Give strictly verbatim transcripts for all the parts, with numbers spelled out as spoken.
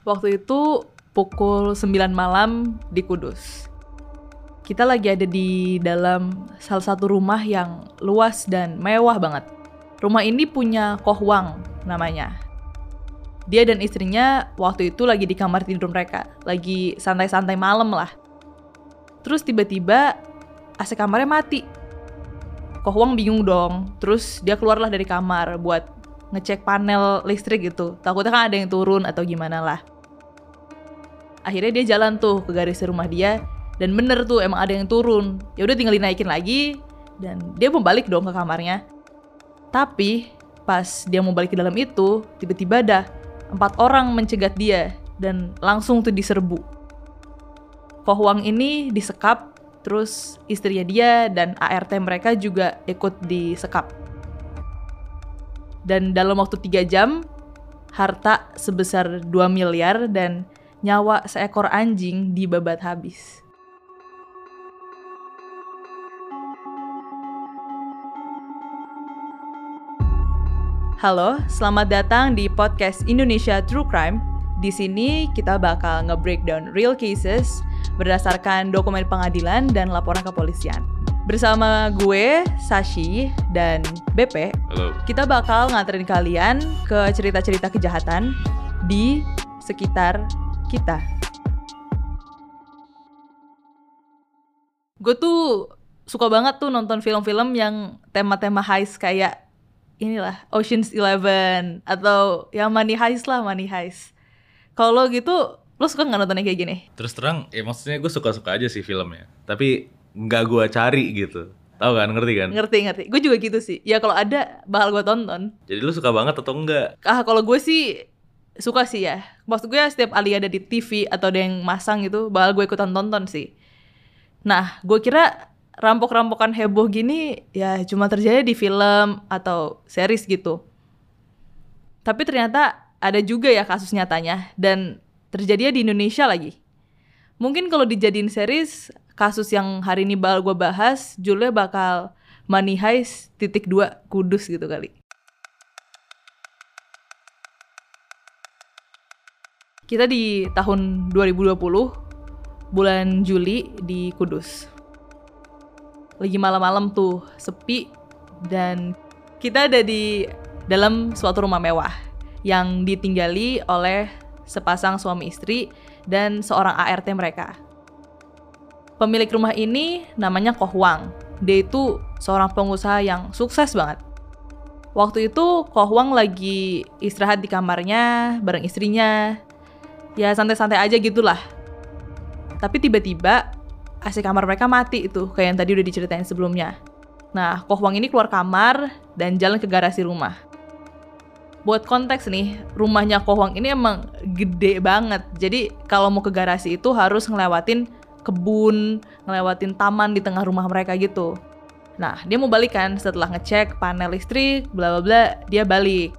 Waktu itu pukul sembilan malam di Kudus. Kita lagi ada di dalam salah satu rumah yang luas dan mewah banget. Rumah ini punya Koh Wang namanya. Dia dan istrinya waktu itu lagi di kamar tidur mereka. Lagi santai-santai malam lah. Terus tiba-tiba A C kamarnya mati. Koh Wang bingung dong. Terus dia keluarlah dari kamar buat ngecek panel listrik gitu. Takutnya kan ada yang turun atau gimana lah. Akhirnya dia jalan tuh ke garis rumah dia. Dan bener tuh emang ada yang turun. Ya udah tinggal dinaikin lagi. Dan dia mau balik dong ke kamarnya. Tapi pas dia mau balik ke dalam itu, tiba-tiba ada empat orang mencegat dia. Dan langsung tuh diserbu. Koh Wang ini disekap. Terus istrinya dia dan A R T mereka juga ikut disekap. Dan dalam waktu tiga jam, harta sebesar dua miliar dan nyawa seekor anjing dibabat habis. Halo, selamat datang di podcast Indonesia True Crime. Di sini kita bakal nge-breakdown real cases berdasarkan dokumen pengadilan dan laporan kepolisian. Bersama gue, Sashi, dan B P, halo. Kita bakal nganterin kalian ke cerita-cerita kejahatan di sekitar kita. Gue tuh suka banget tuh nonton film-film yang tema-tema heist kayak inilah Ocean's Eleven atau yang Money Heist lah, Money Heist. Kalau lo gitu, lo suka nggak nontonnya kayak gini? Terus terang, ya maksudnya gue suka-suka aja sih filmnya. Tapi nggak gue cari gitu. Tahu kan, ngerti kan? Ngerti, ngerti. Gue juga gitu sih. Ya kalau ada, bakal gue tonton. Jadi lo suka banget atau enggak? Ah, kalau gue sih suka sih ya. Maksud gue setiap kali ada di T V atau ada yang masang gitu, bakal gue ikutan tonton sih. Nah, gue kira rampok-rampokan heboh gini ya cuma terjadi di film atau series gitu. Tapi ternyata ada juga ya kasus nyatanya dan terjadi di Indonesia lagi. Mungkin kalau dijadiin series, kasus yang hari ini bakal gue bahas, judulnya bakal Money Heist titik dua Kudus gitu kali. Kita di tahun dua ribu dua puluh, bulan Juli di Kudus. Lagi malam-malam tuh, sepi, dan kita ada di dalam suatu rumah mewah yang ditinggali oleh sepasang suami istri dan seorang A R T mereka. Pemilik rumah ini namanya Koh Wang. Dia itu seorang pengusaha yang sukses banget. Waktu itu Koh Wang lagi istirahat di kamarnya bareng istrinya. Ya santai-santai aja gitulah. Tapi tiba-tiba A C kamar mereka mati itu, kayak yang tadi udah diceritain sebelumnya. Nah, Koh Wang ini keluar kamar dan jalan ke garasi rumah. Buat konteks nih, rumahnya Koh Wang ini emang gede banget. Jadi kalau mau ke garasi itu harus ngelewatin kebun, ngelewatin taman di tengah rumah mereka gitu. Nah, dia mau balik kan setelah ngecek panel listrik, bla bla bla, dia balik.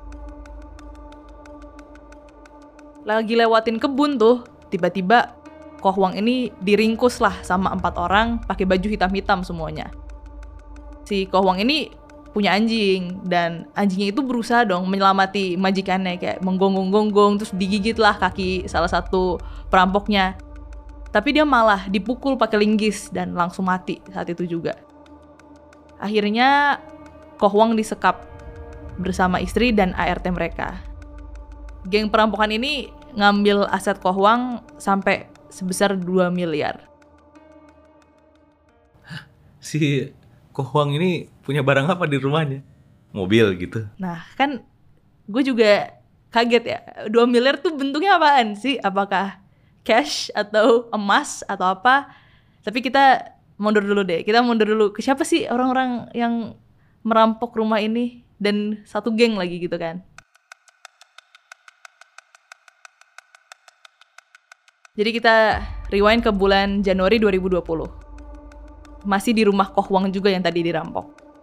Lagi lewatin kebun tuh, tiba-tiba Koh Wang ini diringkus lah sama empat orang pakai baju hitam-hitam semuanya. Si Koh Wang ini punya anjing dan anjingnya itu berusaha dong menyelamati majikannya kayak menggonggong-gonggong terus digigit lah kaki salah satu perampoknya. Tapi dia malah dipukul pakai linggis dan langsung mati saat itu juga. Akhirnya Koh Wang disekap bersama istri dan A R T mereka. Geng perampokan ini ngambil aset Koh Wang sampai sebesar dua miliar. Si Koh Wang ini punya barang apa di rumahnya? Mobil gitu. Nah, kan gue juga kaget ya. dua miliar tuh bentuknya apaan sih? Apakah cash atau emas atau apa? Tapi kita mundur dulu deh. Kita mundur dulu. Ke siapa sih orang-orang yang merampok rumah ini? Dan satu geng lagi gitu kan. Jadi kita rewind ke bulan Januari dua ribu dua puluh. Masih di rumah Koh Wang juga yang tadi dirampok.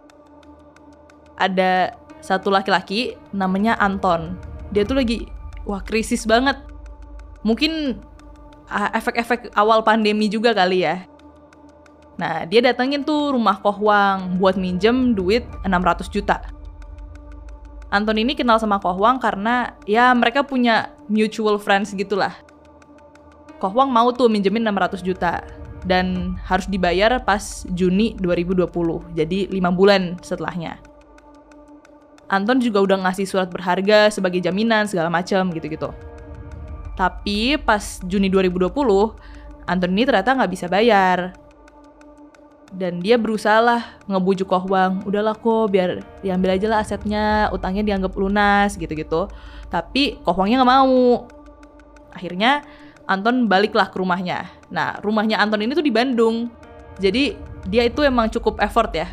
Ada satu laki-laki namanya Anton. Dia tuh lagi, wah krisis banget. Mungkin uh, efek-efek awal pandemi juga kali ya. Nah, dia datengin tuh rumah Koh Wang buat minjem duit enam ratus juta. Anton ini kenal sama Koh Wang karena ya mereka punya mutual friends gitulah. Koh Hwang mau tuh minjemin enam ratus juta dan harus dibayar pas Juni dua ribu dua puluh, jadi lima bulan setelahnya. Anton juga udah ngasih surat berharga sebagai jaminan segala macam gitu-gitu. Tapi pas Juni dua ribu dua puluh, Anton ini ternyata nggak bisa bayar. Dan dia berusaha lah ngebujuk Koh Hwang, udahlah kok biar diambil aja lah asetnya, utangnya dianggap lunas gitu-gitu. Tapi Koh Hwangnya nggak mau. Akhirnya Anton baliklah ke rumahnya. Nah, rumahnya Anton ini tuh di Bandung. Jadi dia itu emang cukup effort ya.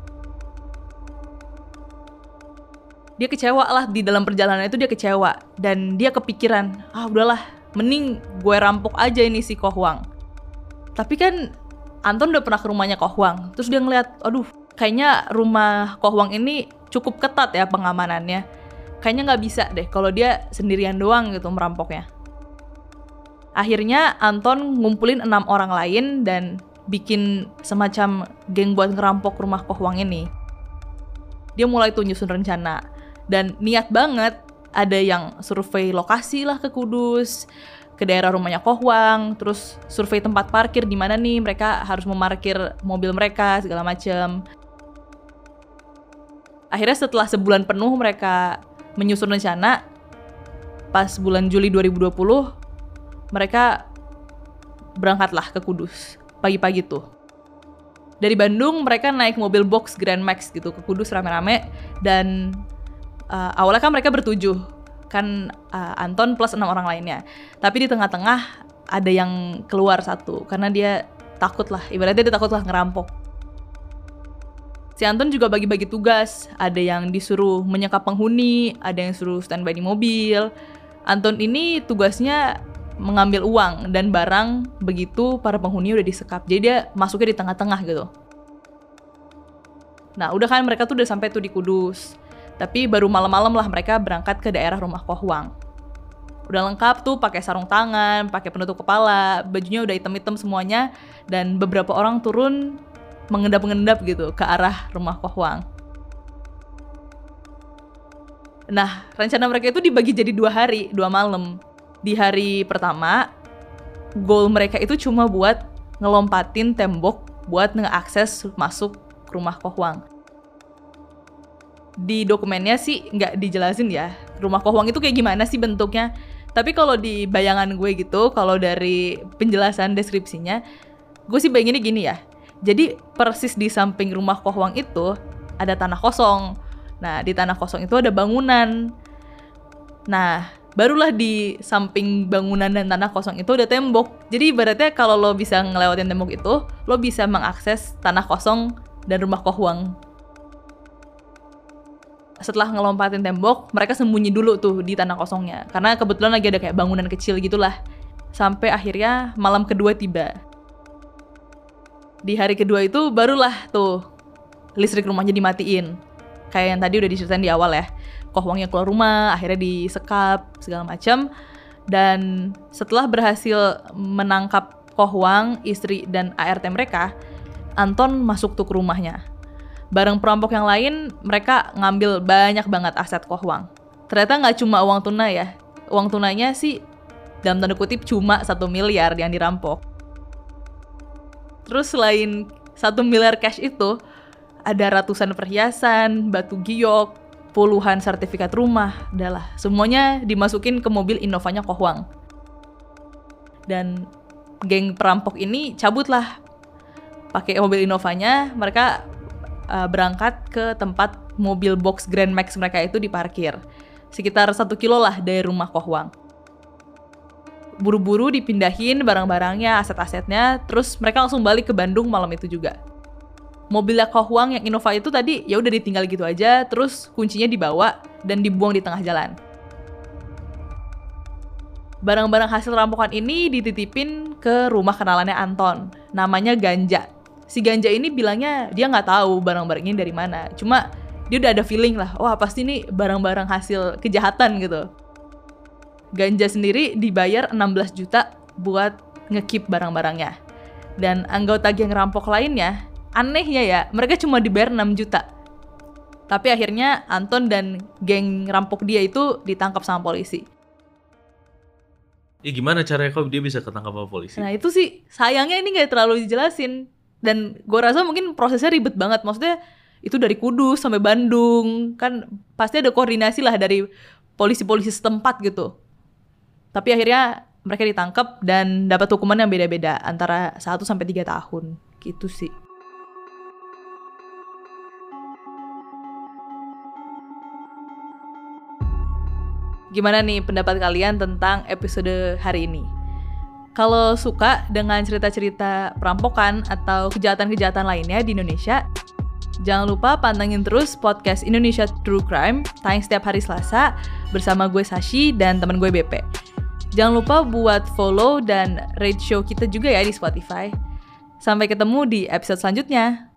Dia kecewa lah di dalam perjalanan itu, dia kecewa. Dan dia kepikiran, ah udahlah, mending gue rampok aja ini si Koh Hwang. Tapi kan Anton udah pernah ke rumahnya Koh Hwang. Terus dia ngeliat, aduh kayaknya rumah Koh Hwang ini cukup ketat ya pengamanannya. Kayaknya nggak bisa deh kalau dia sendirian doang gitu merampoknya. Akhirnya Anton ngumpulin enam orang lain dan bikin semacam geng buat ngerampok rumah Koh Hwang ini. Dia mulai tuh nyusun rencana. Dan niat banget, ada yang survei lokasi lah ke Kudus, ke daerah rumahnya Koh Hwang, terus survei tempat parkir di mana nih mereka harus memarkir mobil mereka segala macem. Akhirnya setelah sebulan penuh mereka menyusun rencana, pas bulan Juli dua ribu dua puluh, mereka berangkatlah ke Kudus pagi-pagi tuh. Dari Bandung mereka naik mobil box Grand Max gitu ke Kudus rame-rame. Dan uh, awalnya kan mereka bertujuh, kan uh, Anton plus enam orang lainnya. Tapi di tengah-tengah ada yang keluar satu karena dia takut lah, ibaratnya dia takut lah ngerampok. Si Anton juga bagi-bagi tugas, ada yang disuruh menyekap penghuni, ada yang suruh standby di mobil. Anton ini tugasnya mengambil uang dan barang begitu para penghuni udah disekap. Jadi dia masuknya di tengah-tengah gitu. Nah udah kan mereka tuh udah sampai tuh di Kudus. Tapi baru malam-malam lah mereka berangkat ke daerah rumah Koh Hwang. Udah lengkap tuh pakai sarung tangan, pakai penutup kepala, bajunya udah hitam-hitam semuanya. Dan beberapa orang turun mengendap-mengendap gitu ke arah rumah Koh Hwang. Nah rencana mereka itu dibagi jadi dua hari, dua malam. Di hari pertama, goal mereka itu cuma buat ngelompatin tembok buat ngeakses masuk ke rumah Koh Hwang. Di dokumennya sih nggak dijelasin ya, rumah Koh Hwang itu kayak gimana sih bentuknya. Tapi kalau di bayangan gue gitu, kalau dari penjelasan deskripsinya, gue sih bayanginnya gini ya. Jadi persis di samping rumah Koh Hwang itu ada tanah kosong. Nah, di tanah kosong itu ada bangunan. Nah, barulah di samping bangunan dan tanah kosong itu ada tembok. Jadi ibaratnya kalau lo bisa ngelewatin tembok itu, lo bisa mengakses tanah kosong dan rumah Koh Hwang. Setelah ngelompatin tembok, mereka sembunyi dulu tuh di tanah kosongnya. Karena kebetulan lagi ada kayak bangunan kecil gitulah. Sampai akhirnya malam kedua tiba. Di hari kedua itu barulah tuh listrik rumahnya dimatiin. Kayak yang tadi udah diceritain di awal ya. Koh Hwangnya keluar rumah, akhirnya disekap, segala macam. Dan setelah berhasil menangkap Koh Hwang, istri, dan A R T mereka, Anton masuk tuh ke rumahnya. Bareng perampok yang lain, mereka ngambil banyak banget aset Koh Hwang. Ternyata nggak cuma uang tunai ya. Uang tunainya sih, dalam tanda kutip, cuma satu miliar yang dirampok. Terus selain satu miliar cash itu, ada ratusan perhiasan, batu giok, puluhan sertifikat rumah, adalah semuanya dimasukin ke mobil Innovanya Koh Hwang. Dan geng perampok ini cabutlah pakai mobil Innovanya, mereka uh, berangkat ke tempat mobil box Grand Max mereka itu diparkir, sekitar satu kilo lah dari rumah Koh Hwang. Buru-buru dipindahin barang-barangnya, aset-asetnya, terus mereka langsung balik ke Bandung malam itu juga. Mobilnya Koh Hwang yang Innova itu tadi ya udah ditinggal gitu aja, terus kuncinya dibawa dan dibuang di tengah jalan. Barang-barang hasil rampokan ini dititipin ke rumah kenalannya Anton, namanya Ganja. Si Ganja ini bilangnya dia nggak tahu barang-barang ini dari mana, cuma dia udah ada feeling lah, wah pasti ini barang-barang hasil kejahatan gitu. Ganja sendiri dibayar enam belas juta buat nge-keep barang-barangnya. Dan anggota geng rampok lainnya, anehnya ya, mereka cuma dibayar enam juta. Tapi akhirnya Anton dan geng rampok dia itu ditangkap sama polisi. Ya gimana caranya kok dia bisa ketangkap sama polisi? Nah itu sih sayangnya ini nggak terlalu dijelasin. Dan gue rasa mungkin prosesnya ribet banget. Maksudnya itu dari Kudus sampai Bandung. Kan pasti ada koordinasi lah dari polisi-polisi setempat gitu. Tapi akhirnya mereka ditangkap dan dapat hukuman yang beda-beda. Antara satu sampai tiga tahun. Gitu sih. Gimana nih pendapat kalian tentang episode hari ini? Kalau suka dengan cerita-cerita perampokan atau kejahatan-kejahatan lainnya di Indonesia, jangan lupa pantengin terus podcast Indonesia True Crime tayang setiap hari Selasa bersama gue Sashi dan teman gue B P. Jangan lupa buat follow dan rate show kita juga ya di Spotify. Sampai ketemu di episode selanjutnya.